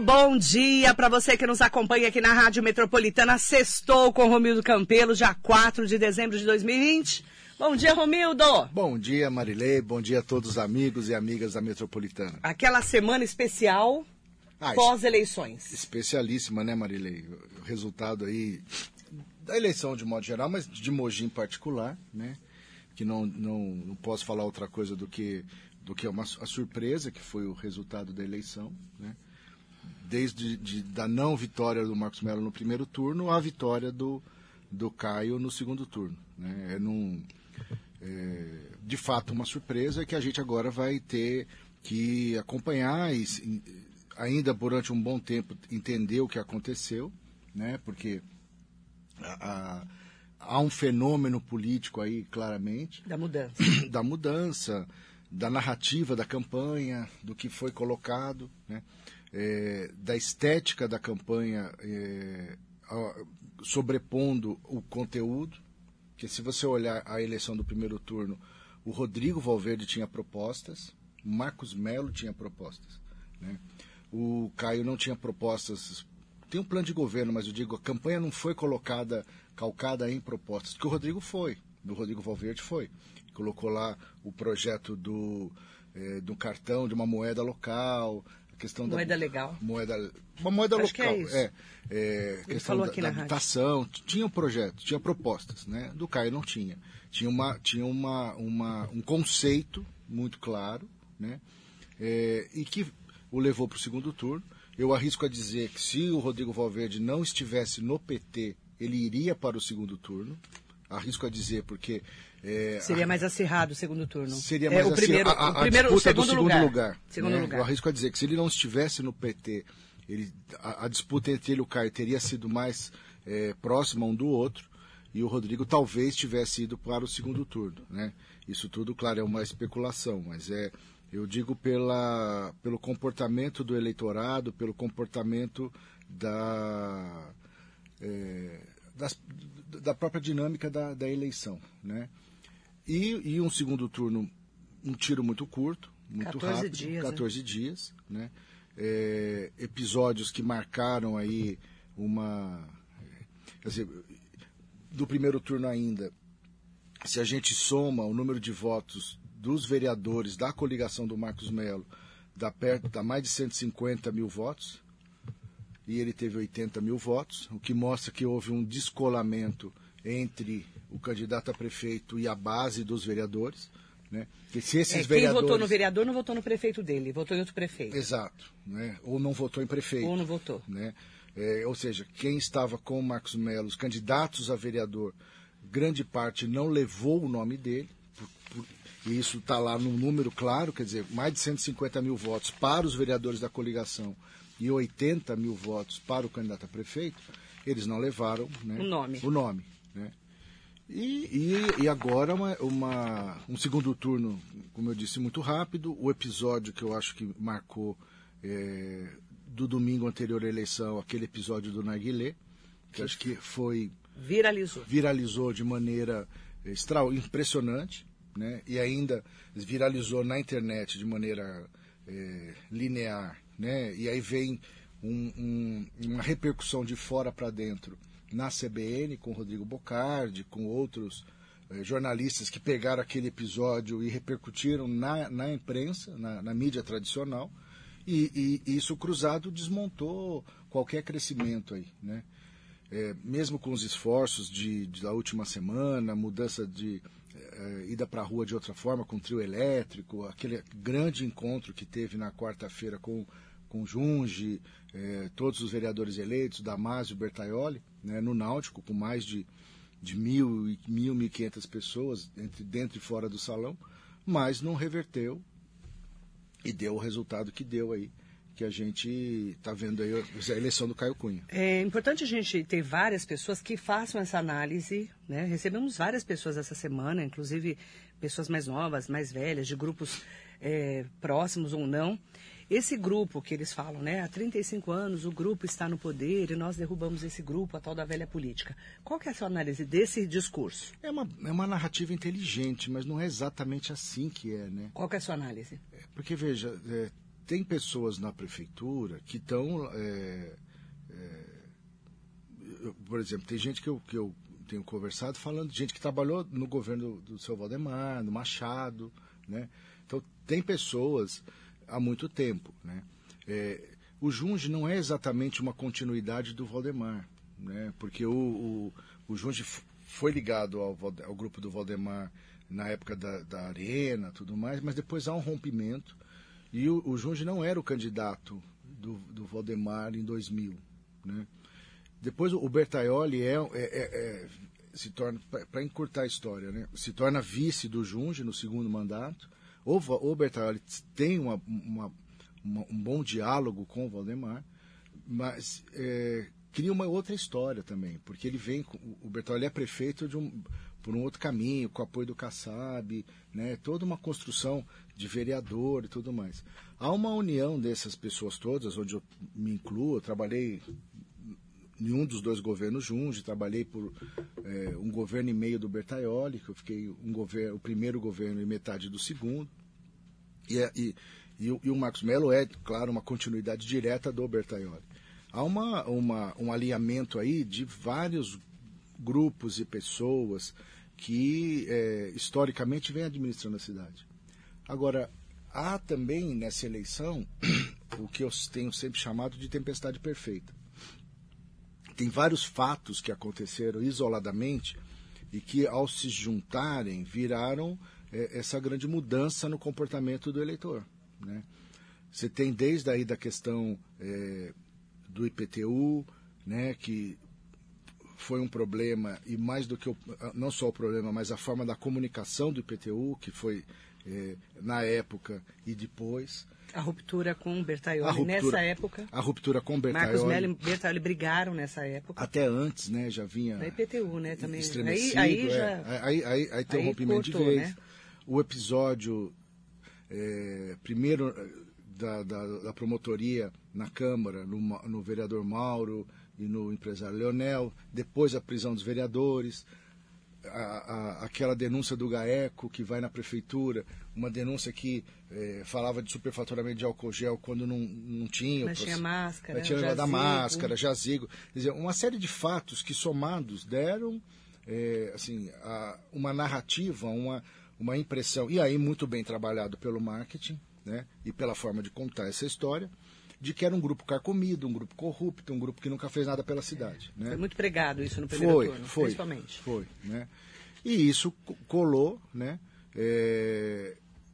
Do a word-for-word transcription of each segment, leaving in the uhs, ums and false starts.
bom dia para você que nos acompanha aqui na Rádio Metropolitana. Sextou com Romildo Campelo, dia quatro de dezembro de dois mil e vinte. Bom dia, Romildo. Bom dia, Marilei. Bom dia a todos os amigos e amigas da Metropolitana. Aquela semana especial ah, pós-eleições. Especialíssima, né, Marilei? O resultado aí da eleição de modo geral, mas de Mogi em particular, né? Que não, não, não posso falar outra coisa do que, do que uma, a surpresa que foi o resultado da eleição, né? Desde de, da não vitória do Marcos Mello no primeiro turno à vitória do, do Caio no segundo turno, né? É num, é, de fato, uma surpresa que a gente agora vai ter que acompanhar e ainda durante um bom tempo entender o que aconteceu, né? Porque a, a, há um fenômeno político aí, claramente. Da mudança. Da mudança, da narrativa da campanha, do que foi colocado, né? É, da estética da campanha é, a, sobrepondo o conteúdo, que se você olhar a eleição do primeiro turno, o Rodrigo Valverde tinha propostas, o Marcos Mello tinha propostas, né? O Caio não tinha propostas, tem um plano de governo, mas eu digo, a campanha não foi colocada, calcada em propostas, que o Rodrigo foi, o Rodrigo Valverde foi, colocou lá o projeto do, é, do cartão de uma moeda local, a questão moeda da legal. Moeda, uma moeda Acho local, que é isso. é, é questão da, da habitação, tinha um projeto, tinha propostas, né? Do Caio não tinha. Tinha, uma, tinha uma, uma, um conceito muito claro, né? É, e que o levou para o segundo turno. Eu arrisco a dizer que se o Rodrigo Valverde não estivesse no P T, ele iria para o segundo turno. Arrisco a dizer porque... É, seria a, mais acirrado o segundo turno. Seria mais é, o acirrado. Primeiro, A, a, o, primeiro, a o segundo do segundo lugar. lugar, segundo né? lugar. Eu arrisco a dizer que se ele não estivesse no P T, ele, a, a disputa entre ele e o Caio teria sido mais é, próxima um do outro, e o Rodrigo talvez tivesse ido para o segundo turno, né? Isso tudo, claro, é uma especulação, mas é... Eu digo pela, pelo comportamento do eleitorado, pelo comportamento da, é, das, da própria dinâmica da, da eleição, né? E, e um segundo turno, um tiro muito curto, muito rápido, dias, quatorze né? dias, né? É, episódios que marcaram aí uma... Quer dizer, do primeiro turno ainda, se a gente soma o número de votos dos vereadores da coligação do Marcos Mello, dá, perto, dá mais de cento e cinquenta mil votos, e ele teve oitenta mil votos, o que mostra que houve um descolamento entre o candidato a prefeito e a base dos vereadores, né? Que se esses é, quem vereadores... votou no vereador não votou no prefeito dele, votou em outro prefeito. Exato, né? Ou não votou em prefeito. Ou não votou. Né? É, ou seja, quem estava com o Marcos Mello, os candidatos a vereador, grande parte não levou o nome dele, por, por, e isso está lá no número claro, quer dizer, mais de cento e cinquenta mil votos para os vereadores da coligação e oitenta mil votos para o candidato a prefeito, eles não levaram, né, o nome. O nome, né? E, e, e agora uma, uma, um segundo turno, como eu disse, muito rápido. O episódio que eu acho que marcou é, do domingo anterior à eleição, aquele episódio do Narguilé, que acho que foi... Viralizou. Viralizou de maneira extra, impressionante, né? E ainda viralizou na internet de maneira é, linear, né? E aí vem um, um, uma repercussão de fora para dentro na C B N, com o Rodrigo Bocardi, com outros é, jornalistas que pegaram aquele episódio e repercutiram na, na imprensa, na, na mídia tradicional, e, e isso cruzado desmontou qualquer crescimento aí, né? É, mesmo com os esforços de, de, da última semana, mudança de é, ida para a rua de outra forma, com trio elétrico, aquele grande encontro que teve na quarta-feira com, com Junge, é, todos os vereadores eleitos, Damásio, Bertaioli, né, no Náutico, com mais de, de mil, mil, mil e quinhentas pessoas entre, dentro e fora do salão, mas não reverteu e deu o resultado que deu aí, que a gente está vendo aí a eleição do Caio Cunha. É importante a gente ter várias pessoas que façam essa análise, né? Recebemos várias pessoas essa semana, inclusive pessoas mais novas, mais velhas, de grupos é, próximos ou não. Esse grupo que eles falam, né? Há trinta e cinco anos o grupo está no poder e nós derrubamos esse grupo, a tal da velha política. Qual que é a sua análise desse discurso? É uma, é uma narrativa inteligente, mas não é exatamente assim que é, né? Qual que é a sua análise? É, porque, veja... É, tem pessoas na prefeitura que estão... É, é, por exemplo, tem gente que eu, que eu tenho conversado falando, gente que trabalhou no governo do, do seu Valdemar, no Machado, né? Então, tem pessoas há muito tempo, né? É, o Junge não é exatamente uma continuidade do Valdemar, né? Porque o, o, o Junge foi ligado ao, ao grupo do Valdemar na época da, da Arena, tudo mais, mas depois há um rompimento e o, o Junge não era o candidato do, do Valdemar em dois mil, né? Depois o Bertaioli é, é, é, é, se torna, para encurtar a história, né? Se torna vice do Junge no segundo mandato. O, o Bertaioli tem uma, uma, uma, um bom diálogo com o Valdemar, mas é, cria uma outra história também, porque ele vem, o Bertaioli é prefeito de um, por um outro caminho, com o apoio do Kassab, né? Toda uma construção de vereador e tudo mais. Há uma união dessas pessoas todas, onde eu me incluo, eu trabalhei em um dos dois governos Junge, trabalhei por é, um governo e meio do Bertaioli, que eu fiquei um governo, o primeiro governo e metade do segundo, e, e, e, o, e o Marcos Mello é, claro, uma continuidade direta do Bertaioli. Há uma, uma, um alinhamento aí de vários grupos e pessoas que é, historicamente vêm administrando a cidade. Agora, há também nessa eleição o que eu tenho sempre chamado de tempestade perfeita. Tem vários fatos que aconteceram isoladamente e que, ao se juntarem, viraram é, essa grande mudança no comportamento do eleitor, né? Você tem desde aí da questão é, do I P T U, né, que foi um problema, e mais do que o, não só o problema, mas a forma da comunicação do I P T U, que foi é, na época e depois... A ruptura com o Bertaioli ruptura, nessa época. A ruptura com o Bertaioli. Marcos Mello e Bertaioli brigaram nessa época. Até antes, né? Já vinha... Da I P T U, né? Também. Estremecido. Aí, aí, é. já... aí, aí, aí tem o um rompimento cortou, de vez. Né? O episódio, é, primeiro, da, da, da promotoria na Câmara, no, no vereador Mauro e no empresário Leonel. Depois a prisão dos vereadores. A, a, aquela denúncia do GAECO que vai na prefeitura, uma denúncia que é, falava de superfaturamento de álcool gel quando não, não tinha. Mas tinha máscara, tinha jazigo. Da máscara, jazigo. Quer dizer, uma série de fatos que somados deram é, assim, a, uma narrativa, uma, uma impressão, e aí muito bem trabalhado pelo marketing, né, e pela forma de contar essa história, de que era um grupo carcomido, um grupo corrupto, um grupo que nunca fez nada pela cidade. É, né? Foi muito pregado isso no primeiro foi, turno, foi, principalmente. Foi, né? E isso colou, né? É...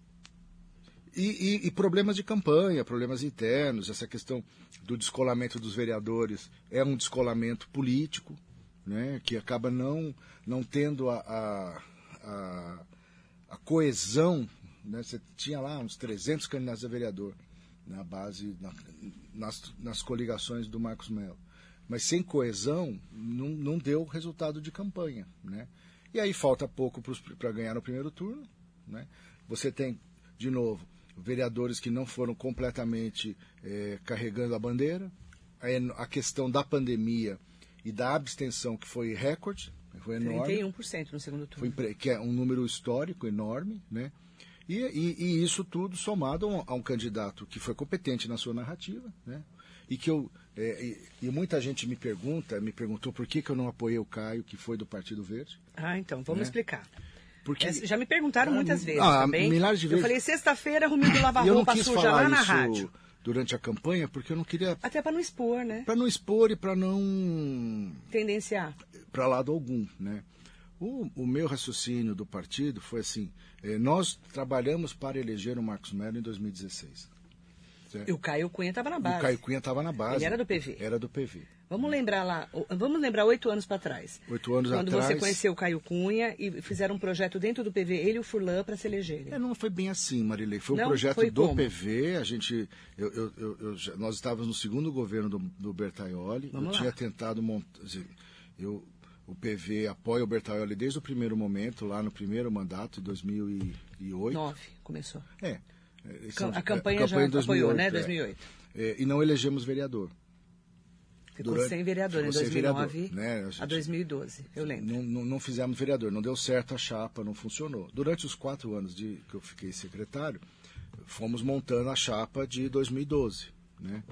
E, e, e problemas de campanha, problemas internos, essa questão do descolamento dos vereadores é um descolamento político, né? Que acaba não, não tendo a, a, a, a coesão, né? Você tinha lá uns trezentos candidatos a vereador na base, na, nas, nas coligações do Marcos Mello. Mas sem coesão, não, não deu resultado de campanha, né? E aí falta pouco para ganhar no primeiro turno, né? Você tem, de novo, vereadores que não foram completamente é, carregando a bandeira, a, a questão da pandemia e da abstenção, que foi recorde, foi enorme. trinta e um por cento no segundo turno. Foi, que é um número histórico enorme, né? E, e, e isso tudo somado a um, a um candidato que foi competente na sua narrativa, né? E que eu é, e, e muita gente me pergunta, me perguntou por que, que eu não apoiei o Caio, que foi do Partido Verde. Ah, então, vamos né? explicar. Porque, é, já me perguntaram ah, muitas vezes ah, também. Milhares de vezes. Eu falei, sexta-feira, Romildo lava roupa suja lá na rádio. Durante a campanha, porque eu não queria... Até para não expor, né? Para não expor e para não... Tendenciar. Para lado algum, né? O, o meu raciocínio do partido foi assim, eh, nós trabalhamos para eleger o Marcos Mello em dois mil e dezesseis. Certo? E o Caio Cunha estava na base. O Caio Cunha estava na base. Ele era do P V. Era do P V. Vamos lembrar lá, vamos lembrar oito anos para trás. Oito anos quando atrás. Quando você conheceu o Caio Cunha e fizeram um projeto dentro do P V, ele e o Furlan para se elegerem. É, não foi bem assim, Marilei. Foi um não, projeto foi do como? P V. A gente, eu, eu, eu, eu, nós estávamos no segundo governo do, do Bertaioli. Vamos eu lá. tinha tentado montar. Eu, o P V apoia o Bertaioli desde o primeiro momento, lá no primeiro mandato, em dois mil e oito. Nove, começou. É. A campanha, a campanha já apoiou, né? dois mil e oito. É, e não elegemos vereador. Ficou Durante, sem vereador em dois mil e nove vereador, né? a, gente, a dois mil e doze, eu lembro. Não, não, não fizemos vereador, não deu certo a chapa, não funcionou. Durante os quatro anos de, que eu fiquei secretário, fomos montando a chapa de dois mil e doze, né?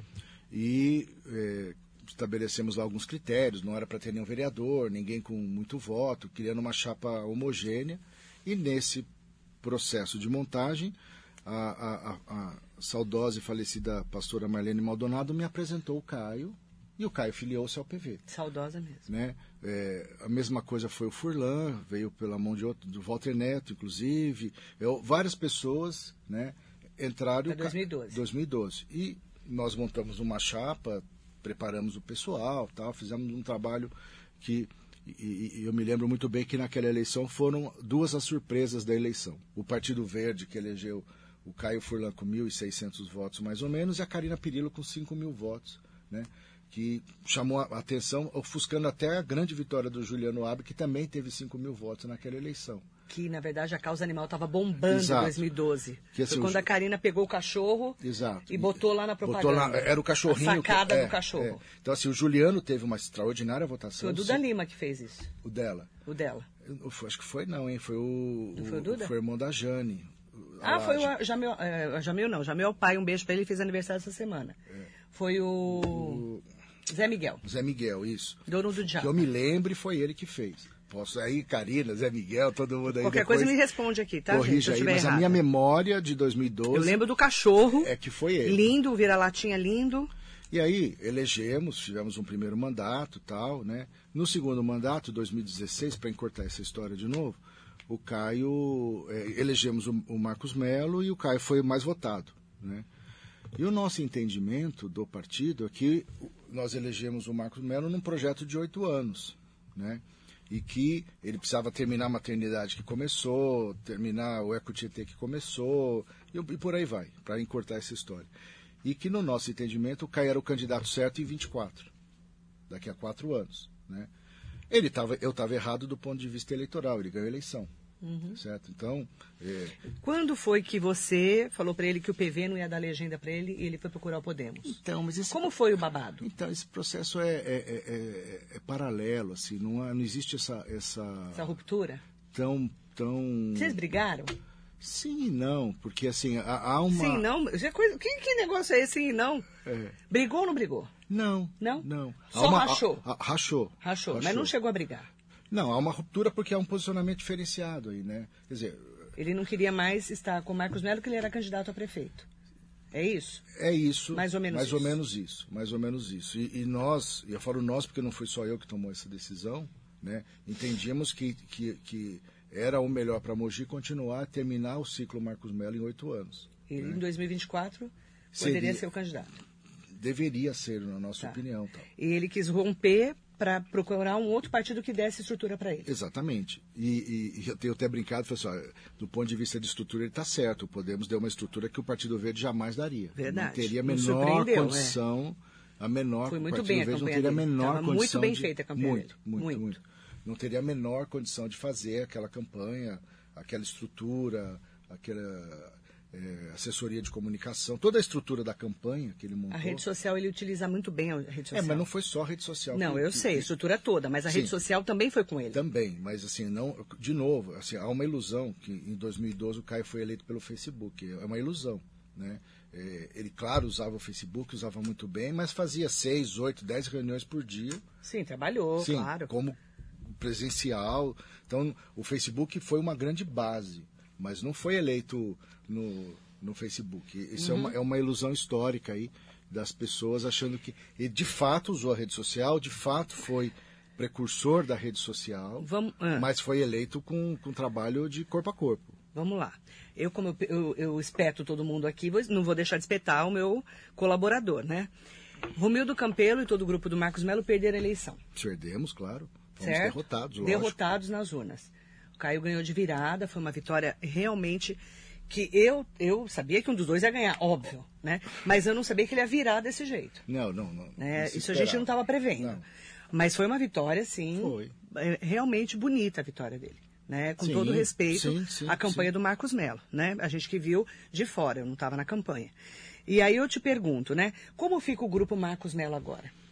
E é, estabelecemos lá alguns critérios, não era para ter nenhum vereador, ninguém com muito voto, criando uma chapa homogênea, e nesse processo de montagem, a, a, a, a saudosa e falecida pastora Marlene Maldonado me apresentou o Caio, e o Caio filiou-se ao P V. Saudosa mesmo. Né? É, a mesma coisa foi o Furlan, veio pela mão de outro, do Walter Neto, inclusive. Eu, várias pessoas, né, entraram... Em dois mil e doze. dois mil e doze. E nós montamos uma chapa, preparamos o pessoal, tal, fizemos um trabalho que... E, e eu me lembro muito bem que naquela eleição foram duas as surpresas da eleição. O Partido Verde, que elegeu o Caio Furlan com mil e seiscentos votos, mais ou menos, e a Carina Pirillo com cinco mil votos, né? Que chamou a atenção, ofuscando até a grande vitória do Juliano Abbe, que também teve cinco mil votos naquela eleição. Que, na verdade, a causa animal estava bombando em dois mil e doze. Que, assim, Foi quando o... a Carina pegou o cachorro Exato. e botou lá na propaganda. Botou lá, era o cachorrinho. A sacada que, do é, cachorro. É. Então, assim, o Juliano teve uma extraordinária votação. Foi o Duda Lima que fez isso. O dela? O dela. Eu, acho que foi não, hein? Foi o... Não foi o Duda? Foi o irmão da Jane. Ah, foi o Jamil, é, Jamil não, Jamil é o pai, um beijo pra ele, fez aniversário essa semana. É. Foi o... o... Zé Miguel. Zé Miguel, isso. Dono do Diabo. Que eu me lembre, foi ele que fez. Posso aí, Karina, Zé Miguel, todo mundo aí. Qualquer coisa me responde aqui, tá, corrija gente? Aí, mas errado. A minha memória de dois mil e doze... Eu lembro do cachorro. É que foi ele. Lindo, vira-latinha lindo. E aí, elegemos, tivemos um primeiro mandato e tal, né? No segundo mandato, dois mil e dezesseis, para encurtar essa história de novo, o Caio... É, elegemos o, o Marcos Melo e o Caio foi o mais votado, né? E o nosso entendimento do partido é que nós elegemos o Marcos Melo num projeto de oito anos, né? E que ele precisava terminar a maternidade que começou, terminar o Ecotieté que começou, e, e por aí vai, para encurtar essa história. E que, no nosso entendimento, o Caio era o candidato certo em vinte e quatro, daqui a quatro anos, né? Ele tava, eu estava errado do ponto de vista eleitoral, ele ganhou a eleição. Uhum. Certo? Então, é... Quando foi que você falou para ele que o P V não ia dar legenda para ele e ele foi procurar o Podemos? Então, mas esse... Como foi o babado? Então, esse processo é, é, é, é, é paralelo, assim, não, há, não existe essa, essa... Essa ruptura? Tão, tão... Vocês brigaram? Sim e não, porque assim, há, há uma... Sim e não? Que, que negócio é esse, sim e não? É. Brigou ou não brigou? Não. Não? Não. Só uma, rachou? A, a, rachou? Rachou? Rachou, mas não chegou a brigar? Não, há uma ruptura porque há um posicionamento diferenciado aí, né? Quer dizer... Ele não queria mais estar com o Marcos Melo, porque ele era candidato a prefeito. É isso? É isso. Mais ou menos mais isso. ou menos isso. Mais ou menos isso. E, e nós, e eu falo nós porque não foi só eu que tomou essa decisão, né? Entendíamos que, que, que era o melhor para Mogi continuar, terminar o ciclo Marcos Melo em oito anos. E né? Em dois mil e vinte e quatro poderia Seria, ser o candidato? Deveria ser, na nossa tá. opinião. Tal. E ele quis romper para procurar um outro partido que desse estrutura para ele. Exatamente. E, e, e eu tenho até brincado, falei assim, ó, do ponto de vista de estrutura, ele está certo. O Podemos deu uma estrutura que o Partido Verde jamais daria. Verdade. Não teria a menor condição, é. a menor... Foi muito o bem Partido a Verde campanha não teria a dele. menor Tava condição muito bem de, feita a campanha muito, dele. Muito, muito, muito. Não teria a menor condição de fazer aquela campanha, aquela estrutura, aquela... É, assessoria de comunicação, toda a estrutura da campanha que ele montou. A rede social, ele utiliza muito bem a rede social. É, mas não foi só a rede social. Não, que, eu que, sei, que... a estrutura toda, mas a Sim, rede social também foi com ele. Também, mas assim, não, de novo, assim, há uma ilusão que em dois mil e doze o Caio foi eleito pelo Facebook, é uma ilusão, né? É, ele, claro, usava o Facebook, usava muito bem, mas fazia seis, oito, dez reuniões por dia. Sim, trabalhou, Sim, claro. como presencial. Então, o Facebook foi uma grande base, mas não foi eleito no, no Facebook. Isso uhum. é, uma, é uma ilusão histórica aí das pessoas achando que ele de fato usou a rede social, de fato foi precursor da rede social, Vamos, ah. mas foi eleito com, com trabalho de corpo a corpo. Vamos lá. Eu, como eu, eu, eu espeto todo mundo aqui, não vou deixar de espetar o meu colaborador, né? Romildo Campelo e todo o grupo do Marcos Melo perderam a eleição. Perdemos, claro. Fomos certo? derrotados, lógico. Derrotados nas urnas. O Caio ganhou de virada, foi uma vitória realmente que eu, eu sabia que um dos dois ia ganhar, óbvio, né? Mas eu não sabia que ele ia virar desse jeito. Não, não, não. Né? não Isso esperava. A gente não estava prevendo. Não. Mas foi uma vitória, sim. Foi. Realmente bonita a vitória dele. Né? Com sim, todo respeito sim, sim, à campanha sim. do Marcos Melo, né? A gente que viu de fora, eu não estava na campanha. E aí eu te pergunto, né? Como fica o grupo Marcos Melo agora?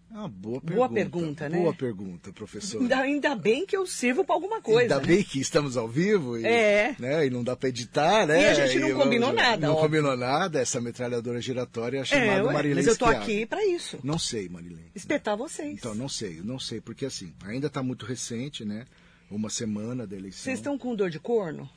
É uma boa pergunta. Boa pergunta, né? Boa pergunta, professor. Ainda, ainda bem que eu sirvo para alguma coisa. Ainda né? bem que estamos ao vivo e, é. né, e não dá para editar, né? E a gente não e combinou vamos, nada. Não óbvio. combinou nada, essa metralhadora giratória é chamada é, ué, Marilene Mas eu tô Schiavo. aqui para isso. Não sei, Marilene. Espetar vocês. Então, não sei, não sei, porque assim, ainda está muito recente, né? Uma semana da eleição. Vocês estão com dor de corno?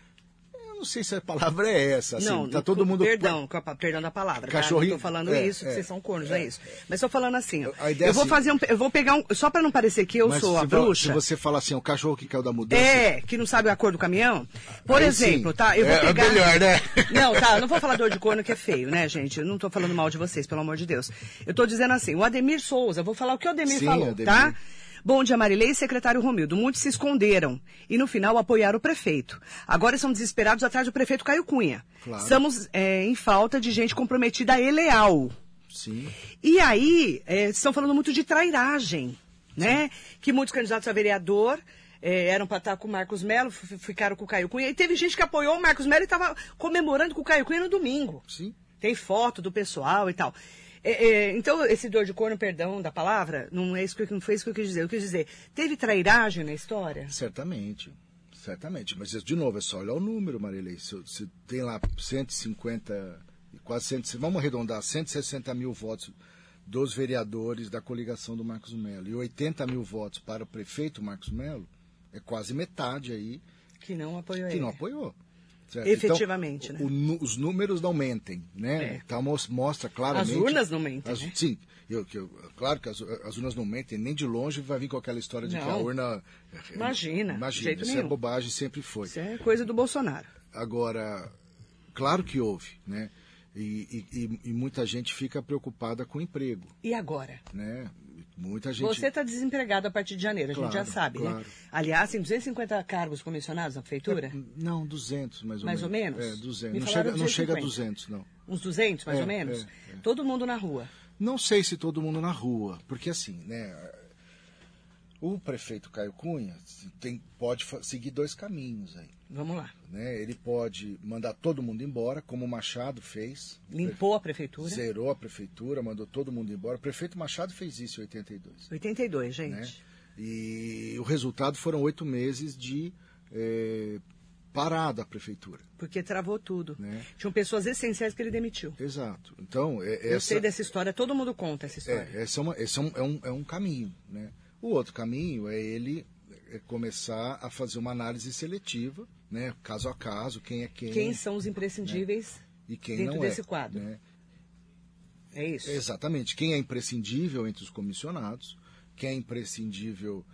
Eu não sei se a palavra é essa. Assim, não, tá todo mundo. Perdão, perdão da palavra. Cachorrinho. Tá? Não tô falando é, isso, que é, vocês são cornos, não é, é isso. Mas estou falando assim, ó, a ideia eu vou assim, fazer um, eu vou pegar um, só para não parecer que eu mas sou a se bruxa. Se você fala assim, o cachorro que caiu da mudança. É, que não sabe a cor do caminhão. Por Aí exemplo, sim. tá? Eu vou é, pegar. É melhor, né? Não, tá, eu não vou falar dor de corno que é feio, né, gente? Eu não tô falando mal de vocês, pelo amor de Deus. Eu tô dizendo assim, o Ademir Souza, eu vou falar o que o Ademir Sim, falou, Ademir. tá? Bom dia, Marilei e secretário Romildo. Muitos se esconderam e, no final, apoiaram o prefeito. Agora estão desesperados atrás do prefeito Caio Cunha. Claro. Estamos é, em falta de gente comprometida e leal. Sim. E aí, é, estão falando muito de trairagem, né? Que muitos candidatos a vereador é, eram para estar com o Marcos Melo, ficaram com o Caio Cunha. E teve gente que apoiou o Marcos Melo e estava comemorando com o Caio Cunha no domingo. Sim. Tem foto do pessoal e tal. É, é, então, esse dor de corno, perdão da palavra, não, é isso que, não foi isso que eu quis dizer. Eu quis dizer, teve trairagem na história? Certamente, certamente. Mas, de novo, é só olhar o número, Marilei. Se, se tem lá cento e cinquenta, quase cem, vamos arredondar, cento e sessenta mil votos dos vereadores da coligação do Marcos Melo e oitenta mil votos para o prefeito Marcos Melo, é quase metade aí que não apoiou que ele. não apoiou. Certo? Efetivamente, então, né? O, os números não mentem, né? É. Então mostra claramente. As urnas não mentem. As, né? Sim, eu, eu, claro que as, as urnas não mentem, nem de longe vai vir com aquela história de não. que a urna. Imagina. Imagina, jeito isso nenhum. é bobagem, sempre foi. Isso é coisa do Bolsonaro. Agora, claro que houve, né? E, e, e muita gente fica preocupada com o emprego. E agora? Né? Muita gente... Você está desempregado a partir de janeiro, a claro, gente já sabe, claro. né? Aliás, tem duzentos e cinquenta cargos comissionados na prefeitura? É, não, duzentos mais ou mais menos. Mais ou menos? É, duzentos. Me Não falaram chega, não chega a duzentos e duzentos, não. Uns duzentos, mais É, ou menos? é, é. Todo mundo na rua? Não sei se todo mundo na rua, porque assim, né? O prefeito Caio Cunha tem, pode seguir dois caminhos aí. Vamos lá. Né? Ele pode mandar todo mundo embora, como o Machado fez. Limpou a prefeitura. Zerou a prefeitura, mandou todo mundo embora. O prefeito Machado fez isso em oitenta e dois. oitenta e dois, gente. Né? E o resultado foram oito meses de é, parada a prefeitura. Porque travou tudo. Né? Tinham pessoas essenciais que ele demitiu. Exato. Então, é, Eu essa, sei dessa história, todo mundo conta essa história. É, esse é, uma, esse é, um, é, um, é um caminho, né? O outro caminho é ele começar a fazer uma análise seletiva, né, caso a caso, quem é quem. Quem são os imprescindíveis, né, e quem dentro não desse é, quadro. Né? É isso? Exatamente. Quem é imprescindível entre os comissionados, quem é imprescindível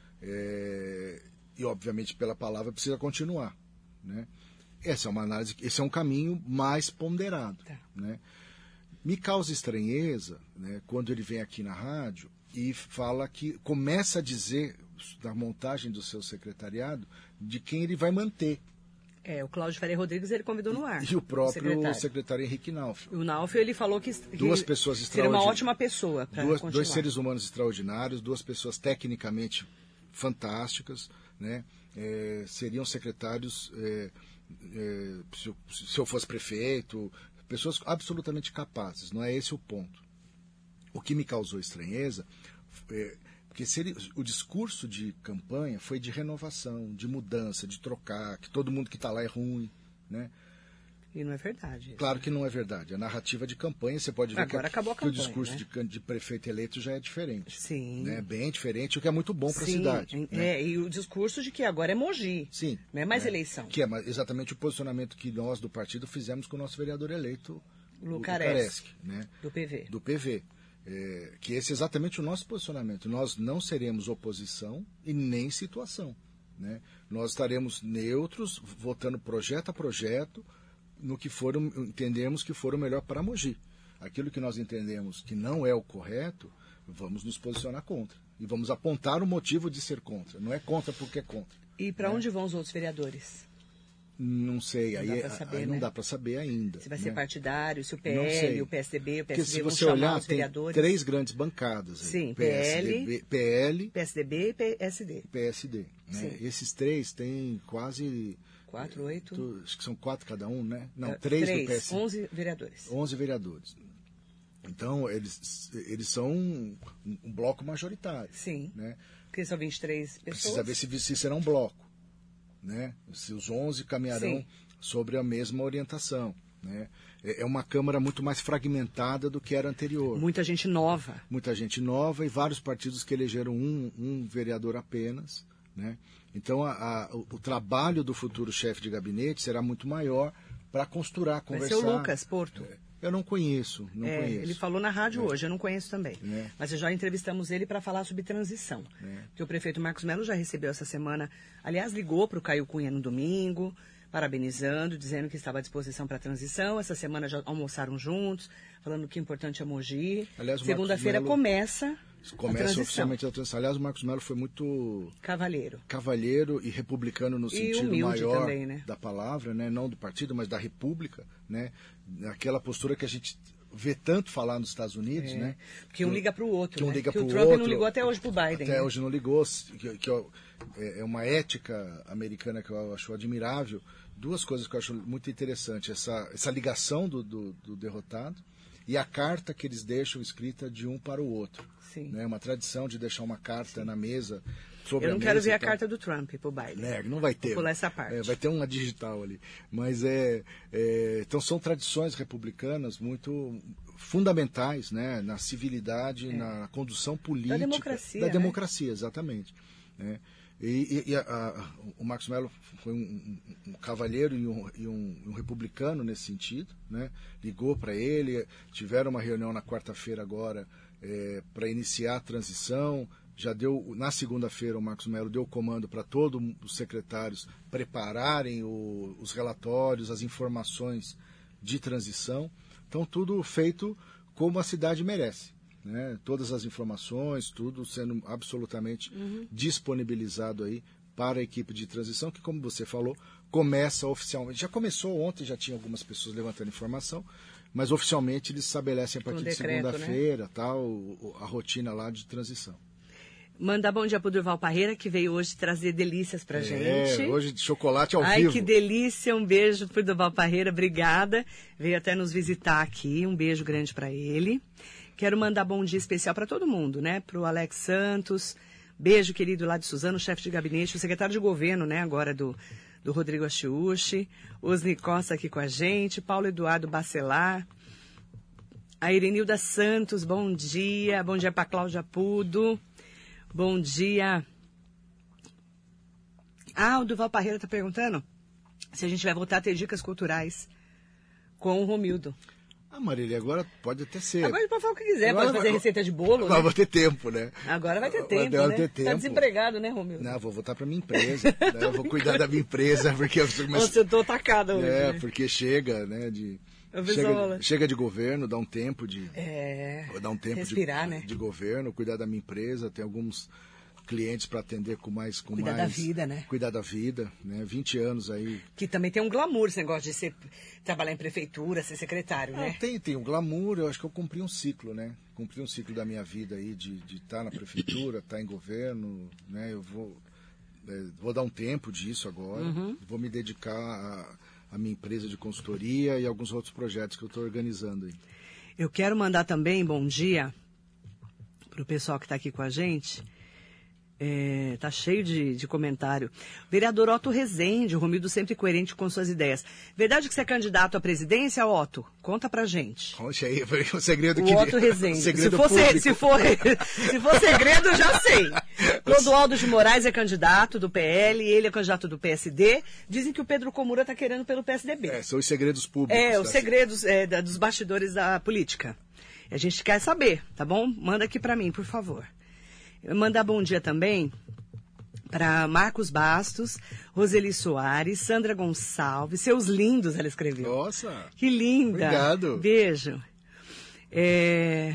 é, e, obviamente, pela palavra, precisa continuar. Né? Essa é uma análise, esse é um caminho mais ponderado. Tá. Né? Me causa estranheza, né, quando ele vem aqui na rádio e fala que começa a dizer da montagem do seu secretariado de quem ele vai manter. É, o Cláudio Ferreira Rodrigues ele convidou no ar. E o próprio secretário, secretário Henrique Nauf. O Nauf, ele falou que, que duas pessoas seria uma ótima pessoa para continuar. Dois seres humanos extraordinários, duas pessoas tecnicamente fantásticas, né? É, seriam secretários, é, é, se, eu, se eu fosse prefeito, pessoas absolutamente capazes, não é esse o ponto. O que me causou estranheza é porque se ele, o discurso de campanha foi de renovação, de mudança, de trocar, que todo mundo que está lá é ruim, né? E não é verdade. Isso. Claro que não é verdade. A narrativa de campanha, você pode ver Agora que, acabou a que campanha, o discurso né? de, de prefeito eleito já é diferente. Sim. Né? Bem diferente, o que é muito bom para a Sim, cidade. É, né? e o discurso de que agora é Mogi. Sim. Não é mais né? eleição. Que é exatamente o posicionamento que nós do partido fizemos com o nosso vereador eleito, Lucareschi, né? Do P V. Do P V. É, que esse é exatamente o nosso posicionamento. Nós não seremos oposição e nem situação. Né? Nós estaremos neutros, votando projeto a projeto, no que for, entendemos que for o melhor para Mogi. Aquilo que nós entendemos que não é o correto, vamos nos posicionar contra. E vamos apontar o motivo de ser contra. Não é contra porque é contra. E para né? onde vão os outros vereadores? Não sei, não aí, dá saber, aí né? não dá para saber ainda. Se vai né? ser partidário, se o P L, o P S D B, o P S D B Porque se vão você chamar olhar, os tem vereadores. três grandes bancadas. Aí. Sim, P S D B, P L, P S D B e P S D. P S D. Né? Esses três têm quase... Quatro, oito... Acho que são quatro cada um, né? Não, uh, três, três do P S D. onze vereadores. onze vereadores. Então, eles, eles são um, um bloco majoritário. Sim. Né? Porque são vinte e três pessoas. Precisa ver se, se será um bloco. Né? Se os onze caminharão Sim. sobre a mesma orientação. Né? É uma Câmara muito mais fragmentada do que era anterior. Muita gente nova. Muita gente nova e vários partidos que elegeram um, um vereador apenas. Né? Então, a, a, o, o trabalho do futuro chefe de gabinete será muito maior para costurar, conversar. Vai ser o Lucas Porto. É, eu não conheço, não é, conheço. Ele falou na rádio é. hoje, eu não conheço também. É. Mas já entrevistamos ele para falar sobre transição. É. Porque o prefeito Marcos Melo já recebeu essa semana, aliás, ligou para o Caio Cunha no domingo, parabenizando, dizendo que estava à disposição para a transição. Essa semana já almoçaram juntos, falando que o importante é Mogi. Segunda-feira começa Começa oficialmente a transição. Aliás, o Marcos Melo foi muito... Cavalheiro. Cavalheiro e republicano no e sentido maior também, né? da palavra, né? Não do partido, mas da república, né? Aquela postura que a gente vê tanto falar nos Estados Unidos, é. né? Que um liga para o outro, que um né? liga que o pro Trump outro, não ligou até hoje para o Biden. Até né? hoje não ligou, que, que é uma ética americana que eu acho admirável. Duas coisas que eu acho muito interessante, essa, essa ligação do, do, do derrotado e a carta que eles deixam escrita de um para o outro. Sim. Né? Uma tradição de deixar uma carta Sim. na mesa. Sobre eu não a quero mesa ver a carta do Trump pro Biden. É, não vai ter. Vou pular essa parte. É, vai ter uma digital ali. Mas é, é, então são tradições republicanas muito fundamentais, né? Na civilidade, é. na condução política. Da democracia. Da né? democracia, exatamente. Né? E, e, e a, a, o Marcos Melo foi um, um, um cavalheiro e um, e um, um republicano nesse sentido, né? Ligou para ele, tiveram uma reunião na quarta-feira agora é, para iniciar a transição. Já deu, na segunda-feira, o Marcos Melo deu comando para todos os secretários prepararem o, os relatórios, as informações de transição. Então, tudo feito como a cidade merece. Né? Todas as informações, tudo sendo absolutamente uhum. disponibilizado aí para a equipe de transição, que, como você falou, começa oficialmente. Já começou ontem, já tinha algumas pessoas levantando informação, mas oficialmente eles estabelecem a partir um de segunda-feira, né? tal, a rotina lá de transição. Mandar bom dia pro Durval Parreira, que veio hoje trazer delícias pra é, gente. Hoje de chocolate ao Ai, vivo. Ai, que delícia. Um beijo pro Durval Parreira, obrigada. Veio até nos visitar aqui, um beijo grande para ele. Quero mandar bom dia especial para todo mundo, né? Pro Alex Santos, beijo querido lá de Suzano, chefe de gabinete, o secretário de governo, né? Agora do, do Rodrigo Achiuchi, Osni Costa aqui com a gente, Paulo Eduardo Bacelar, a Irenilda Santos, bom dia. Bom dia para Cláudia Pudo. Bom dia. Ah, o Durval Parreira está perguntando se a gente vai voltar a ter dicas culturais com o Romildo. Ah, Marília, agora pode até ser. Agora a gente pode falar o que quiser, agora pode fazer vai, receita de bolo, agora né? vai ter tempo, né? Agora vai ter tempo, vai né? ter tempo. Tá desempregado, né, Romildo? Não, vou voltar para minha empresa. né? Eu vou cuidar da minha empresa, porque... Mas, Nossa, eu tô atacada hoje, É, né? porque chega, né, de... Chega, de, chega de governo, dá um tempo de... É, dá um tempo respirar, de, né? de governo, cuidar da minha empresa, tem alguns clientes para atender com mais... Com cuidar mais, da vida, né? Cuidar da vida, né? vinte anos aí. Que também tem um glamour esse negócio de ser, trabalhar em prefeitura, ser secretário, ah, né? Tem, tem um glamour, eu acho que eu cumpri um ciclo, né? Cumpri um ciclo da minha vida aí de estar de tá na prefeitura, estar tá em governo, né? Eu vou, é, vou dar um tempo disso agora, uhum. vou me dedicar a, a minha empresa de consultoria e alguns outros projetos que eu estou organizando aí. Eu quero mandar também bom dia para o pessoal que está aqui com a gente. É, tá cheio de, de comentário. Vereador Otto Rezende, o Romildo sempre coerente com suas ideias. Verdade que você é candidato à presidência, Otto? Conta pra gente. Conte aí, o segredo o que... O Otto Rezende. Segredo se, for, se, for, se for segredo, eu já sei. Clodoaldo de Moraes é candidato do P L, ele é candidato do P S D. Dizem que o Pedro Comura tá querendo pelo P S D B. É, são os segredos públicos. É, os segredos é, da, dos bastidores da política. A gente quer saber, tá bom? Manda aqui pra mim, por favor. Mandar bom dia também para Marcos Bastos, Roseli Soares, Sandra Gonçalves, seus lindos, ela escreveu. Nossa! Que linda! Obrigado! Beijo. É...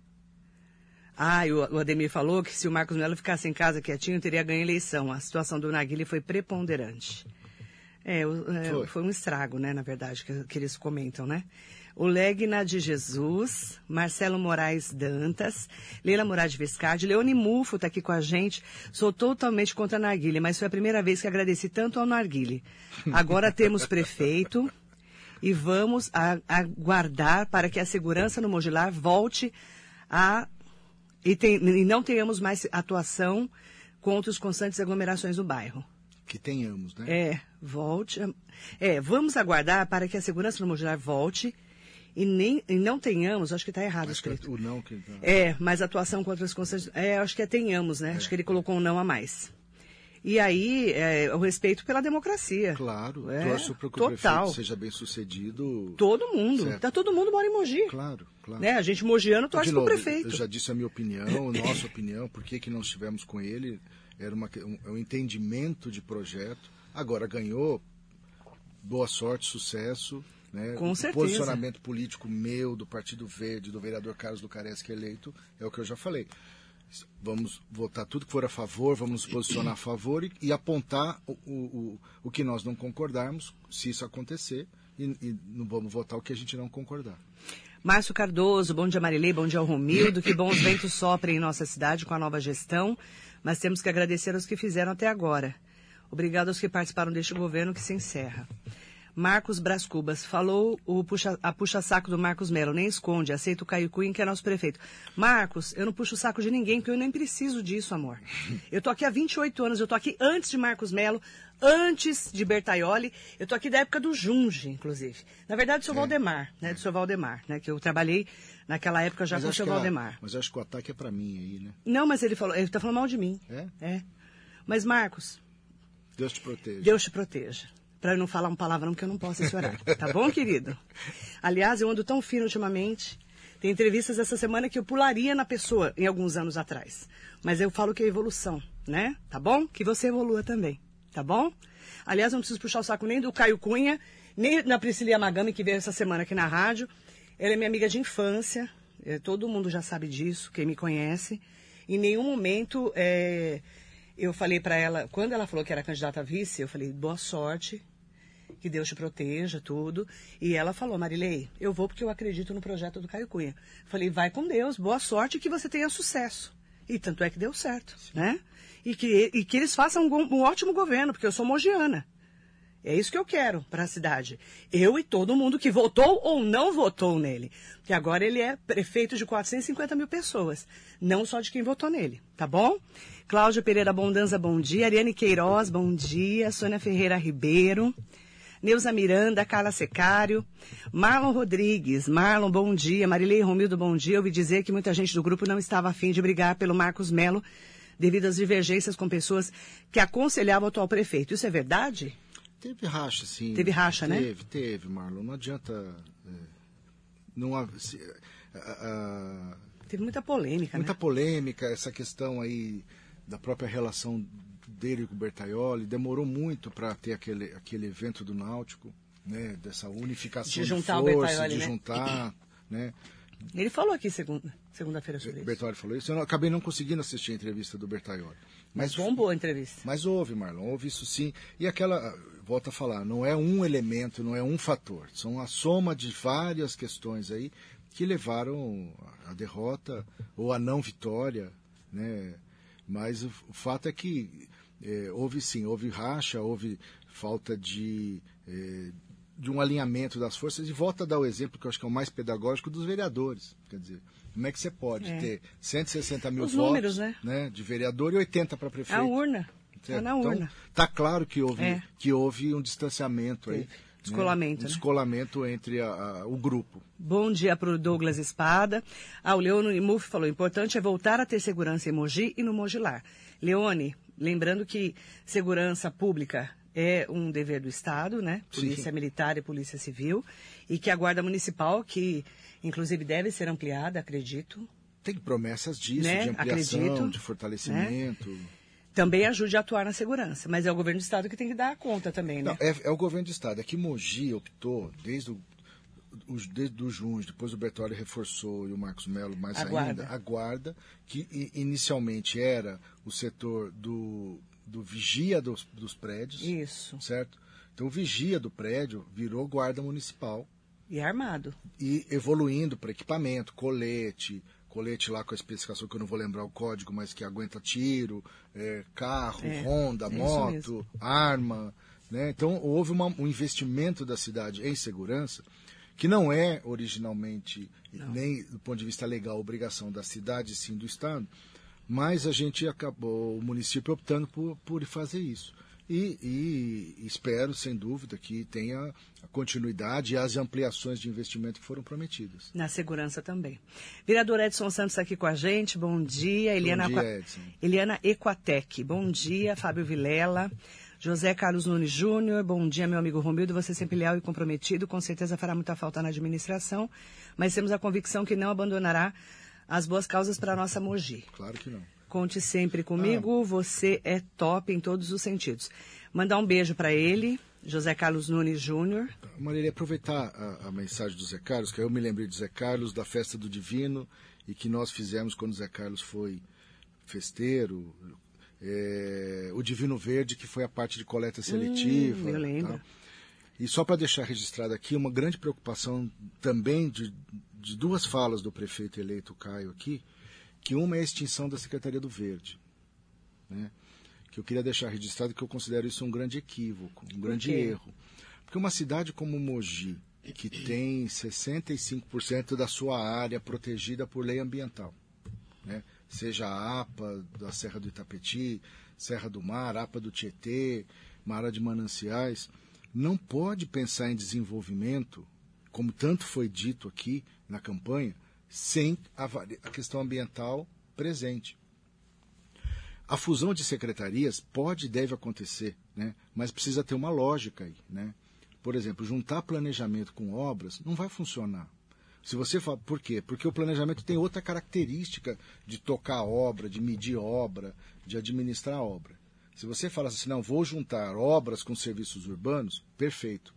Ah, e o Ademir falou que se o Marcos Melo ficasse em casa quietinho, teria ganho a eleição. A situação do Naguilha foi preponderante. É, é foi. foi um estrago, né, na verdade, que, que eles comentam, né? O Legna de Jesus, Marcelo Moraes Dantas, Leila Murad Viscardi, Leone Mufo está aqui com a gente. Sou totalmente contra a narguilha, mas foi a primeira vez que agradeci tanto ao narguilha. Agora temos prefeito. e vamos a- aguardar para que a segurança no Mogilar volte a... E, tem, e não tenhamos mais atuação contra os constantes aglomerações no bairro. Que tenhamos, né? É, volte. a- É, vamos aguardar para que a segurança no Mogilar volte e, nem, e não tenhamos, acho que está errado Acho que escrito. é o não que... É, mas atuação contra os constantes. É, acho que é tenhamos, né? É. Acho que ele colocou um não a mais. E aí, é, o respeito pela democracia. Claro, É, torço para que o total. prefeito seja bem sucedido. Todo mundo. Certo. Tá, todo mundo mora em Mogi. Claro, claro. Né? A gente mogiano torce De pro novo, prefeito. eu já disse a minha opinião, nossa opinião, por que que não estivemos com ele. Era uma, um, um entendimento de projeto. Agora ganhou, boa sorte, sucesso. Né? Com o certeza. posicionamento político meu, do Partido Verde, do vereador Carlos Lucareschi eleito, é o que eu já falei. Vamos votar tudo que for a favor, vamos nos posicionar a favor e, e apontar o, o, o que nós não concordarmos, se isso acontecer, e, e não vamos votar o que a gente não concordar. Márcio Cardoso, bom dia Marilei, bom dia ao Romildo, que bons ventos soprem em nossa cidade com a nova gestão, mas temos que agradecer aos que fizeram até agora. Obrigado aos que participaram deste governo que se encerra. Marcos Braz Cubas, falou o puxa, a puxa-saco do Marcos Melo, nem esconde, aceita o Caio Cunha, que é nosso prefeito. Marcos, eu não puxo o saco de ninguém, porque eu nem preciso disso, amor. Eu tô aqui há vinte e oito anos, eu tô aqui antes de Marcos Melo, antes de Bertaioli, eu tô aqui da época do Junge, inclusive. Na verdade, do seu É. Valdemar, né, do seu Valdemar, né, que eu trabalhei naquela época já Mas com o acho seu que a- Valdemar. mas eu acho que o ataque é para mim aí, né? Não, mas ele falou, ele tá falando mal de mim. É? É. Mas, Marcos, Deus te proteja. Deus te proteja. Para eu não falar um palavrão que eu não posso esse horário. Tá bom, querido? Aliás, eu ando tão fino ultimamente. Tem entrevistas essa semana que eu pularia na pessoa em alguns anos atrás. Mas eu falo que é evolução, né? Tá bom? Que você evolua também. Tá bom? Aliás, eu não preciso puxar o saco nem do Caio Cunha, nem da Priscila Yamagami, que veio essa semana aqui na rádio. Ela é minha amiga de infância. É, todo mundo já sabe disso, quem me conhece. Em nenhum momento... É, eu falei para ela, quando ela falou que era candidata a vice, eu falei, boa sorte, que Deus te proteja, tudo. E ela falou, Marilei, eu vou porque eu acredito no projeto do Caio Cunha. Eu falei, vai com Deus, boa sorte e que você tenha sucesso. E tanto é que deu certo, né? E que, e que eles façam um, go- um ótimo governo, porque eu sou mogiana. É isso que eu quero para a cidade. Eu e todo mundo que votou ou não votou nele. Porque agora ele é prefeito de quatrocentas e cinquenta mil pessoas. Não só de quem votou nele, tá bom? Cláudia Pereira Bondanza, bom dia. Ariane Queiroz, bom dia. Sônia Ferreira Ribeiro. Neuza Miranda, Carla Secário. Marlon Rodrigues. Marlon, bom dia. Marilei Romildo, bom dia. Eu ouvi dizer que muita gente do grupo não estava afim de brigar pelo Marcos Melo devido às divergências com pessoas que aconselhavam o atual prefeito. Isso é verdade? Teve racha, sim. Teve racha, né? Teve, teve, Marlon. Não adianta... é, não, há- se- a- a- Teve muita polêmica, muita né? polêmica, essa questão aí da própria relação dele com o Bertaioli. Demorou muito para ter aquele, aquele evento do Náutico, né? Dessa unificação De de, juntar o força, Bertaioli, de né? juntar, né? Ele falou aqui segunda, segunda-feira sobre O isso. Bertaioli falou isso. Eu não- acabei não conseguindo assistir a entrevista do Bertaioli. Mas bombou a entrevista. Mas houve, Marlon, houve isso sim. E aquela, volto a falar, não é um elemento, não é um fator. São a soma de várias questões aí que levaram à derrota ou à não vitória, né? Mas o, o fato é que é, houve sim, houve racha, houve falta de, é, de um alinhamento das forças. E volto a dar o exemplo que eu acho que é o mais pedagógico dos vereadores. Quer dizer, como é que você pode É. ter cento e sessenta mil Os votos números, né? né, de vereador e oitenta para prefeito? A urna. Tá na urna. Então, tá claro que houve, É. que houve um distanciamento aí. Teve. Descolamento, né? Um né? descolamento entre a- a- o grupo. Bom dia para o Douglas Espada. Ah, o Leone Muff falou, o importante é voltar a ter segurança em Mogi e no Mogilar. Leone, lembrando que segurança pública é um dever do Estado, né? Polícia Sim. Militar e Polícia Civil. E que a Guarda Municipal, que inclusive deve ser ampliada, acredito, Tem promessas disso, Né? de ampliação, Acredito. de fortalecimento. também ajude a atuar na segurança. Mas é o governo do Estado que tem que dar conta também, né? Não, é, é o governo do Estado. É que Mogi optou, desde o, os, desde o Junge, depois o Bertoli reforçou e o Marcos Melo mais A ainda, guarda. a guarda, que i- inicialmente era o setor do, do vigia dos, dos prédios. Isso. Certo? Então o vigia do prédio virou guarda municipal E armado. e evoluindo para equipamento, colete, colete lá com a especificação que eu não vou lembrar o código, mas que aguenta tiro, é, carro, É, Honda, é isso moto, mesmo. arma, né? Então, houve uma, um investimento da cidade em segurança, que não é originalmente, não. nem do ponto de vista legal, obrigação da cidade, sim do Estado, mas a gente acabou, o município optando por, por fazer isso. E, e espero, sem dúvida, que tenha a continuidade e as ampliações de investimento que foram prometidas. Na segurança também. Vereador Edson Santos aqui com a gente, bom dia. Eliana, bom dia, Edson. Eliana Equatec, bom dia. Fábio Vilela. José Carlos Nunes Júnior, bom dia, meu amigo Romildo. Você sempre leal e comprometido, com certeza fará muita falta na administração, mas temos a convicção que não abandonará as boas causas para a nossa Mogi. Claro que não. Conte sempre comigo, ah. você é top em todos os sentidos. Mandar um beijo para ele, José Carlos Nunes Júnior. Marília, aproveitar a, a mensagem do Zé Carlos, que eu me lembrei do Zé Carlos, da festa do Divino, e que nós fizemos quando o Zé Carlos foi festeiro, é, o Divino Verde, que foi a parte de coleta seletiva. Hum, eu lembro. Tá? E só para deixar registrado aqui, uma grande preocupação também de, de duas falas do prefeito eleito Caio aqui, que uma é a extinção da Secretaria do Verde, né? Que eu queria deixar registrado que eu considero isso um grande equívoco, um grande erro. Porque uma cidade como Mogi, que tem sessenta e cinco por cento da sua área protegida por lei ambiental, né? Seja a APA da Serra do Itapetí, Serra do Mar, APA do Tietê, Mara de Mananciais, não pode pensar em desenvolvimento, como tanto foi dito aqui na campanha, sem a, a questão ambiental presente. A fusão de secretarias pode e deve acontecer, né? Mas precisa ter uma lógica aí, né? Por exemplo, juntar planejamento com obras não vai funcionar. Se você fala, por quê? Porque o planejamento tem outra característica de tocar a obra, de medir obra, de administrar a obra. Se você fala assim, não, vou juntar obras com serviços urbanos, perfeito.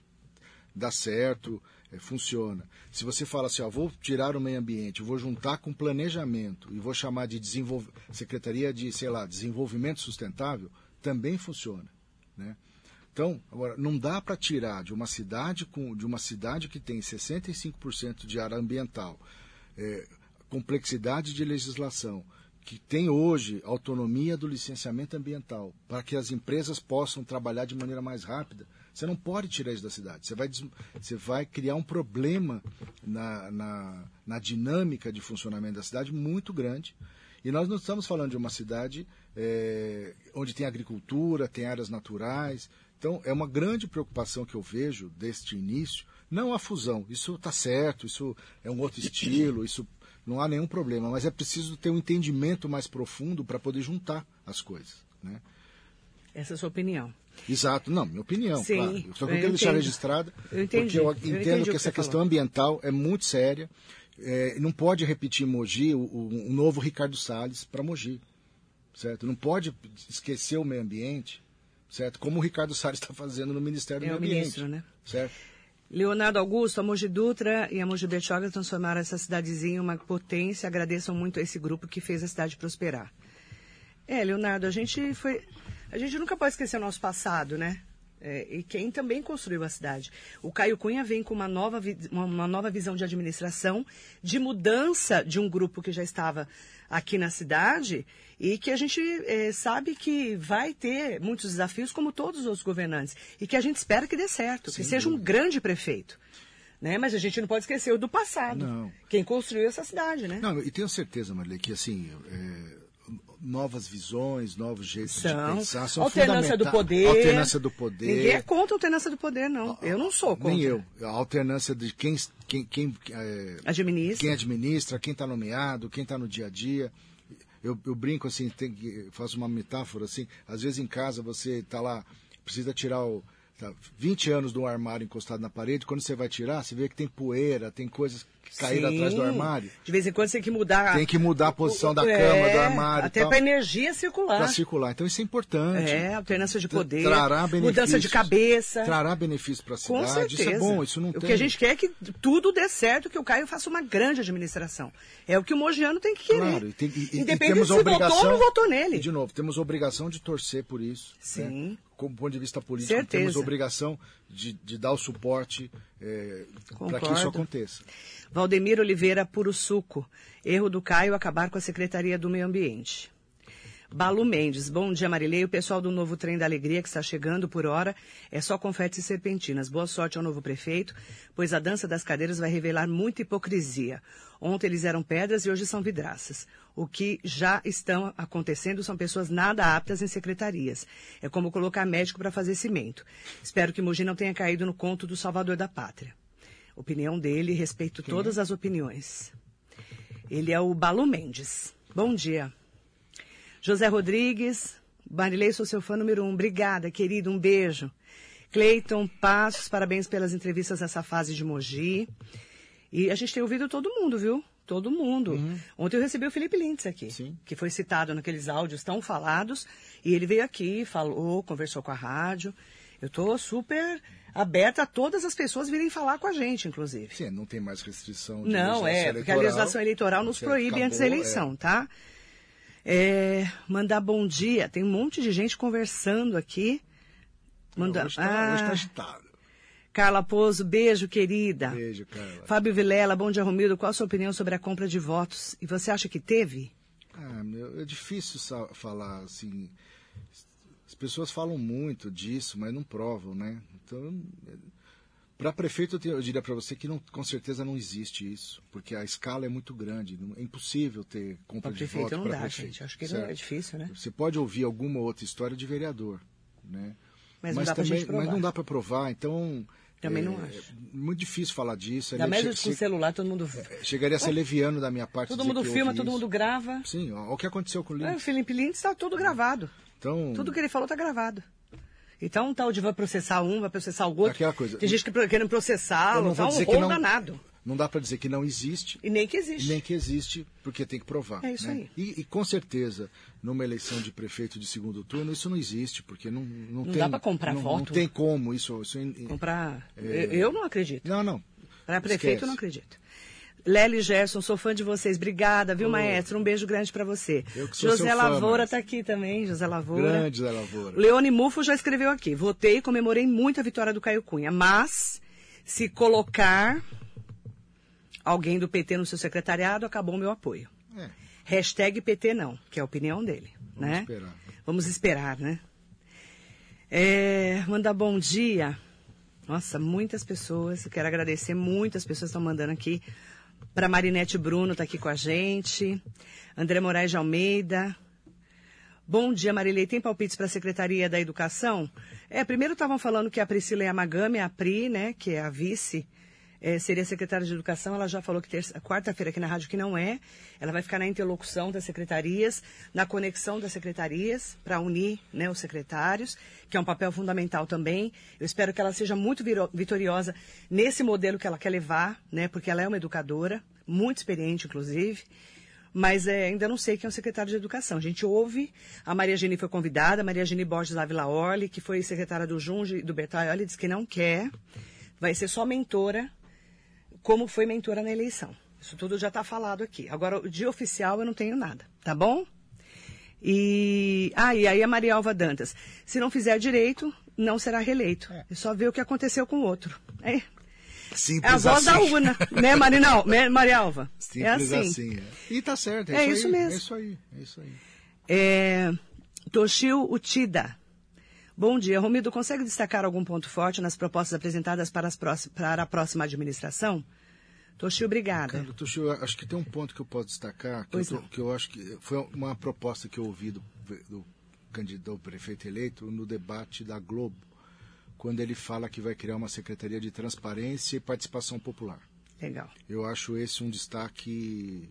Dá certo, é, funciona. Se você fala assim, ó, vou tirar o meio ambiente, vou juntar com planejamento e vou chamar de desenvolv... Secretaria de, sei lá, Desenvolvimento Sustentável, também funciona, né? Então, agora, não dá para tirar de uma cidade com, de uma cidade que tem sessenta e cinco por cento de área ambiental, é, complexidade de legislação, que tem hoje autonomia do licenciamento ambiental, para que as empresas possam trabalhar de maneira mais rápida. Você não pode tirar isso da cidade. Você vai, você vai criar um problema na, na, na dinâmica de funcionamento da cidade muito grande. E nós não estamos falando de uma cidade é, onde tem agricultura, tem áreas naturais. Então, é uma grande preocupação que eu vejo deste início. Não a fusão. Isso está certo, isso é um outro estilo, isso não há nenhum problema. Mas é preciso ter um entendimento mais profundo para poder juntar as coisas, né? Essa é a sua opinião. Exato. Não, minha opinião, Sim, claro. Eu só queria deixar registrada, eu entendi, porque eu eu entendo que, que essa questão falou. ambiental é muito séria. É, não pode repetir Mogi, o, o, o novo Ricardo Salles para Mogi, certo? Não pode esquecer o meio ambiente, certo? Como o Ricardo Salles está fazendo no Ministério do é Meio o Ambiente, ministro, né? Certo? Leonardo Augusto, a Mogi Dutra e a Mogi Bertioga transformaram essa cidadezinha em uma potência. Agradeçam muito a esse grupo que fez a cidade prosperar. É, Leonardo, a gente foi... A gente nunca pode esquecer o nosso passado, né? É, e quem também construiu a cidade. O Caio Cunha vem com uma nova, uma nova visão de administração, de mudança de um grupo que já estava aqui na cidade e que a gente é, sabe que vai ter muitos desafios, como todos os outros governantes, e que a gente espera que dê certo, Sem que seja dúvida. um grande prefeito. Né? Mas a gente não pode esquecer o do passado. Não. Quem construiu essa cidade, né? Não, e tenho certeza, Marília, que assim... É... novas visões, novos jeitos são. de pensar. São alternância do poder. Alternância do poder. Ninguém é contra a alternância do poder, não. Eu não sou contra. Nem eu. A alternância de quem, quem, quem, é, administra. quem administra, quem está nomeado, quem está no dia a dia. Eu, eu brinco assim, tem que, faço uma metáfora assim, às vezes em casa você está lá, precisa tirar o... Tá, vinte anos do armário encostado na parede, quando você vai tirar, você vê que tem poeira, tem coisas que caíram Sim. atrás do armário. De vez em quando você tem que mudar... Tem que mudar a posição da é, cama, do armário. Até para a energia circular. Para circular. Então isso é importante. É, alternância de poder, trará mudança de cabeça. Trará benefícios para a cidade. Com certeza. Isso é bom, isso não o tem... O que a gente quer é que tudo dê certo, que o Caio faça uma grande administração. É o que o mogiano tem que querer. Claro, e, tem, e, Independente e temos se a obrigação, votou ou não votou nele. E de novo, temos a obrigação de torcer por isso. Sim. Né? Como ponto de vista político, Certeza. temos a obrigação de, de dar o suporte é, para que isso aconteça. Valdemir Oliveira Puro Suco. Erro do Caio acabar com a Secretaria do Meio Ambiente. Balu Mendes, bom dia, Marilei. O pessoal do novo Trem da Alegria que está chegando por hora é só confetes e serpentinas. Boa sorte ao novo prefeito, pois a dança das cadeiras vai revelar muita hipocrisia. Ontem eles eram pedras e hoje são vidraças. O que já estão acontecendo são pessoas nada aptas em secretarias. É como colocar médico para fazer cimento. Espero que Mogi não tenha caído no conto do salvador da pátria. Opinião dele, respeito Quem todas é? as opiniões. Ele é o Balu Mendes. Bom dia. José Rodrigues, Marilei, sou seu fã número um. Obrigada, querido, um beijo. Cleiton Passos, parabéns pelas entrevistas nessa fase de Mogi. E a gente tem ouvido todo mundo, viu? Todo mundo. Uhum. Ontem eu recebi o Felipe Lintz aqui, Sim. que foi citado naqueles áudios tão falados. E ele veio aqui, falou, conversou com a rádio. Eu estou super aberta a todas as pessoas virem falar com a gente, inclusive. Sim, não tem mais restrição de Não, é, porque a legislação eleitoral nos proíbe acabou, antes da eleição, é. tá? É, mandar bom dia. Tem um monte de gente conversando aqui. Manda... Hoje está ah, tá agitado. Carla Pozo, beijo, querida. Beijo, Carla. Fábio Vilela, bom dia, Romildo. Qual a sua opinião sobre a compra de votos? E você acha que teve? Ah, meu, é difícil falar assim. As pessoas falam muito disso, mas não provam, né? Então, para prefeito, eu diria para você que não, com certeza não existe isso, porque a escala é muito grande, é impossível ter compra pra de voto para prefeito. Não dá, gente. Acho que não é difícil, né? Você pode ouvir alguma outra história de vereador, né? Mas, mas não dá também, pra mas não dá para provar, então também é, não acho. É muito difícil falar disso. Ainda mais com o celular, todo mundo... É, chegaria a ser leviano da minha parte. Todo mundo filma, todo isso. mundo grava. Sim, ó, o que aconteceu com o Lintz. É, o Felipe Lintz está tudo gravado. Então... Tudo que ele falou está gravado. Então, tal de vai processar um, vai processar o outro. Aquela coisa. Tem gente que querendo processá-lo, tá um rolo danado. Não dá para dizer que não existe. E nem que existe. Nem que existe, porque tem que provar. É isso né? aí. E, e com certeza, numa eleição de prefeito de segundo turno, isso não existe, porque não, não, não tem... dá para comprar não, voto. Não tem como isso... isso comprar... É... Eu não acredito. Não, não. Para prefeito, eu não acredito. Lely Gerson, sou fã de vocês. Obrigada, viu, oh. maestro? Um beijo grande para você. Eu que sou José seu Lavoura fã, está aqui também, José Lavoura. Grande José Lavoura. Leone Mufo já escreveu aqui. Votei e comemorei muito a vitória do Caio Cunha, mas se colocar alguém do P T no seu secretariado, acabou o meu apoio. É. Hashtag P T não, que é a opinião dele. Vamos né? esperar. Vamos esperar, né? É, mandar bom dia. Nossa, muitas pessoas. Eu quero agradecer, muitas pessoas estão mandando aqui. Para Marinete Bruno, está aqui com a gente. André Moraes de Almeida. Bom dia, Marilei. Tem palpites para a Secretaria da Educação? É, primeiro estavam falando que a Priscila Yamagami, a Pri, né, que é a vice, é, seria secretária de Educação. Ela já falou que terça, quarta-feira aqui na rádio que não é. Ela vai ficar na interlocução das secretarias, na conexão das secretarias, para unir, né, os secretários, que é um papel fundamental também. Eu espero que ela seja muito vitoriosa nesse modelo que ela quer levar, né, porque ela é uma educadora, muito experiente, inclusive. Mas é, ainda não sei quem é o secretário de Educação. A gente ouve, a Maria Geni foi convidada, a Maria Geni Borges Ávila Orli, que foi secretária do Junge e do Bertaioli, disse que não quer, vai ser só mentora, como foi mentora na eleição. Isso tudo já está falado aqui. Agora, de oficial eu não tenho nada, tá bom? E, ah, e aí a Maria Alva Dantas, se não fizer direito, não será reeleito. É, é só ver o que aconteceu com o outro. É, Simples é a voz assim. da urna, né, Marinal, Maria Alva? Simples é assim. assim. É. E tá certo, é, é isso, isso aí, mesmo. É isso aí, é isso aí. É, Toshio Utida. Bom dia, Romildo, consegue destacar algum ponto forte nas propostas apresentadas para, as próximas, para a próxima administração? Toshio, obrigada. Cara, Toshio, acho que tem um ponto que eu posso destacar, que, eu, tô, que eu acho que foi uma proposta que eu ouvi do, do candidato do prefeito eleito no debate da Globo, quando ele fala que vai criar uma Secretaria de Transparência e Participação Popular. Legal. Eu acho esse um destaque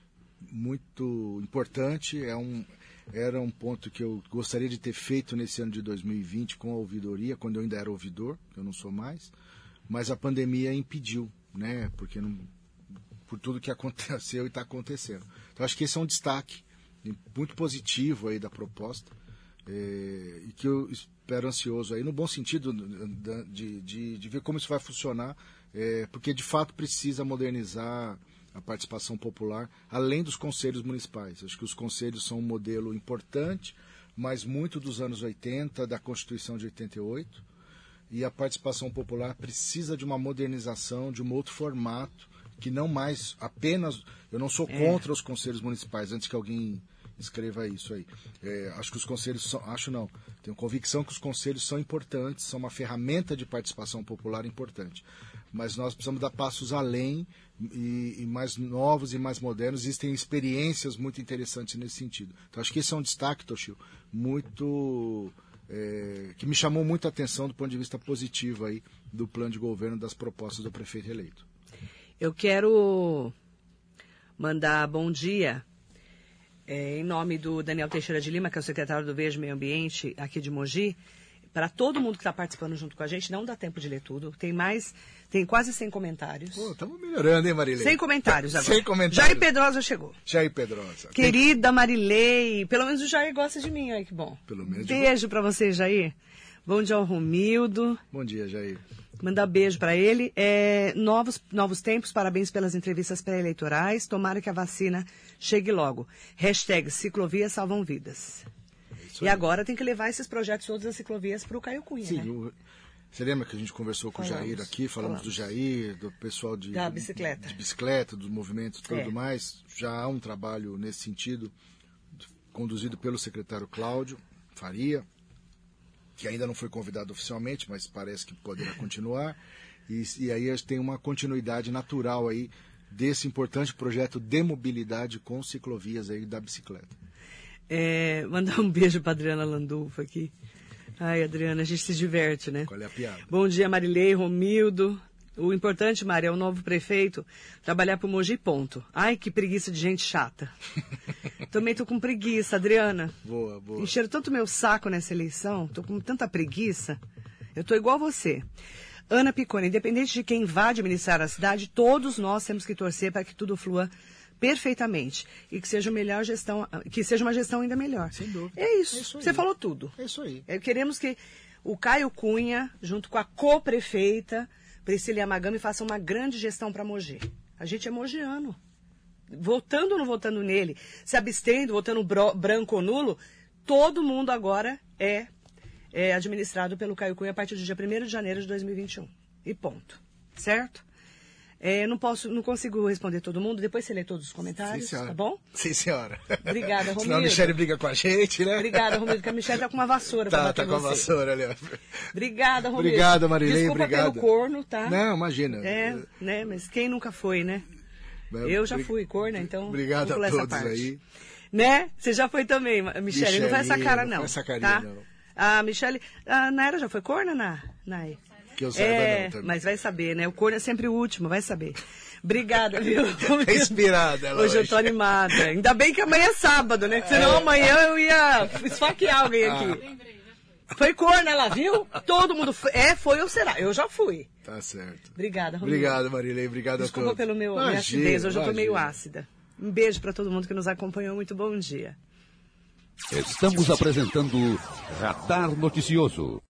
muito importante, é um, era um ponto que eu gostaria de ter feito nesse ano de dois mil e vinte com a ouvidoria, quando eu ainda era ouvidor, eu não sou mais, mas a pandemia impediu, né, porque não, por tudo que aconteceu e está acontecendo. Então acho que esse é um destaque muito positivo aí da proposta, é, e que eu espero ansioso aí, no bom sentido de, de, de ver como isso vai funcionar, é, porque de fato precisa modernizar a participação popular, além dos conselhos municipais. Acho que os conselhos são um modelo importante, mas muito dos anos oitenta, da Constituição de oitenta e oito, e a participação popular precisa de uma modernização, de um outro formato, que não mais apenas... Eu não sou contra é. os conselhos municipais, antes que alguém escreva isso aí. É, acho que os conselhos são, acho não, tenho convicção que os conselhos são importantes, são uma ferramenta de participação popular importante. Mas nós precisamos dar passos além e, e mais novos e mais modernos. Existem experiências muito interessantes nesse sentido. Então acho que esse é um destaque, Toshio, muito... É, que me chamou muito a atenção do ponto de vista positivo aí do plano de governo das propostas do prefeito eleito. Eu quero mandar bom dia é, em nome do Daniel Teixeira de Lima, que é o secretário do Verde Meio Ambiente aqui de Mogi, para todo mundo que está participando junto com a gente. Não dá tempo de ler tudo. Tem mais, tem quase cem comentários. Pô, estamos melhorando, hein, Marilei? cem comentários agora. cem comentários. Jair Pedrosa chegou. Jair Pedrosa. Querida Marilei, pelo menos o Jair gosta de mim, olha que bom. Pelo menos. Beijo para você, Jair. Bom dia ao Romildo. Bom dia, Jair. Mandar beijo para ele. É, novos, novos tempos, parabéns pelas entrevistas pré-eleitorais. Tomara que a vacina chegue logo. Hashtag ciclovias salvam vidas. E agora tem que levar esses projetos todos das ciclovias para o Caio Cunha, Sim, né? o, você lembra que a gente conversou com falamos, o Jair aqui, falamos, falamos do Jair, do pessoal de, da bicicleta, de bicicleta, dos movimentos e tudo é. mais. Já há um trabalho nesse sentido, conduzido pelo secretário Cláudio Faria, que ainda não foi convidado oficialmente, mas parece que poderá continuar. E, e aí tem uma continuidade natural aí desse importante projeto de mobilidade com ciclovias aí da bicicleta. É, mandar um beijo para Adriana Landulfo aqui. Ai, Adriana, a gente se diverte, né? Qual é a piada? Bom dia, Marilei, Romildo. O importante, Mari, é o novo prefeito trabalhar pro Mogi, ponto. Ai, que preguiça de gente chata. Também tô com preguiça, Adriana. Boa, boa. Encheram tanto meu saco nessa eleição, tô com tanta preguiça. Eu tô igual você. Ana Picone, independente de quem vá administrar a cidade, todos nós temos que torcer para que tudo flua perfeitamente e que seja melhor gestão, que seja uma gestão ainda melhor. Sem dúvida. É isso. É isso Você falou tudo. É isso aí. É, queremos que o Caio Cunha, junto com a co-prefeita Priscila Yamagami, faça uma grande gestão para Mogi. A gente é mogiano. Votando ou não votando nele, se abstendo, votando bro, branco ou nulo, todo mundo agora é, é administrado pelo Caio Cunha a partir do dia primeiro de janeiro de dois mil e vinte e um. E ponto. Certo? É, não posso, não consigo responder todo mundo. Depois você lê todos os comentários, Sim, tá bom? Sim, senhora. Obrigada, Romildo. Senão a Michelle briga com a gente, né? Obrigada, Romildo, porque a Michelle tá com uma vassoura pra Tá, bater tá com a você. vassoura ali, ó. Obrigada, Romildo. Obrigado, Marilei, Desculpa obrigado. pelo corno, tá? Não, imagina. É, né? Mas quem nunca foi, né? Eu já fui corna, então... Obrigado a todos aí. Né? Você já foi também, Michelle. Não faz essa cara, não. Não faz essa carinha, tá? não. A Michelle... A Naira já foi corna, na, Nai? Que eu saiba, é, não, também. Mas vai saber, né? O corno é sempre o último, vai saber. Obrigada, viu? É inspirada ela hoje. Hoje eu tô animada. Ainda bem que amanhã é sábado, né? Porque senão é. amanhã eu ia esfaquear alguém aqui. Ah. Foi corna, ela viu? Todo mundo foi. É, foi ou será? Eu já fui. Tá certo. Obrigada, Romildo. Obrigado, Marilei. Obrigado Desculpa a todos. pelo meu minha acidez. Hoje eu tô meio ácida. Um beijo para todo mundo que nos acompanhou. Muito bom dia. Estamos apresentando Radar Noticioso.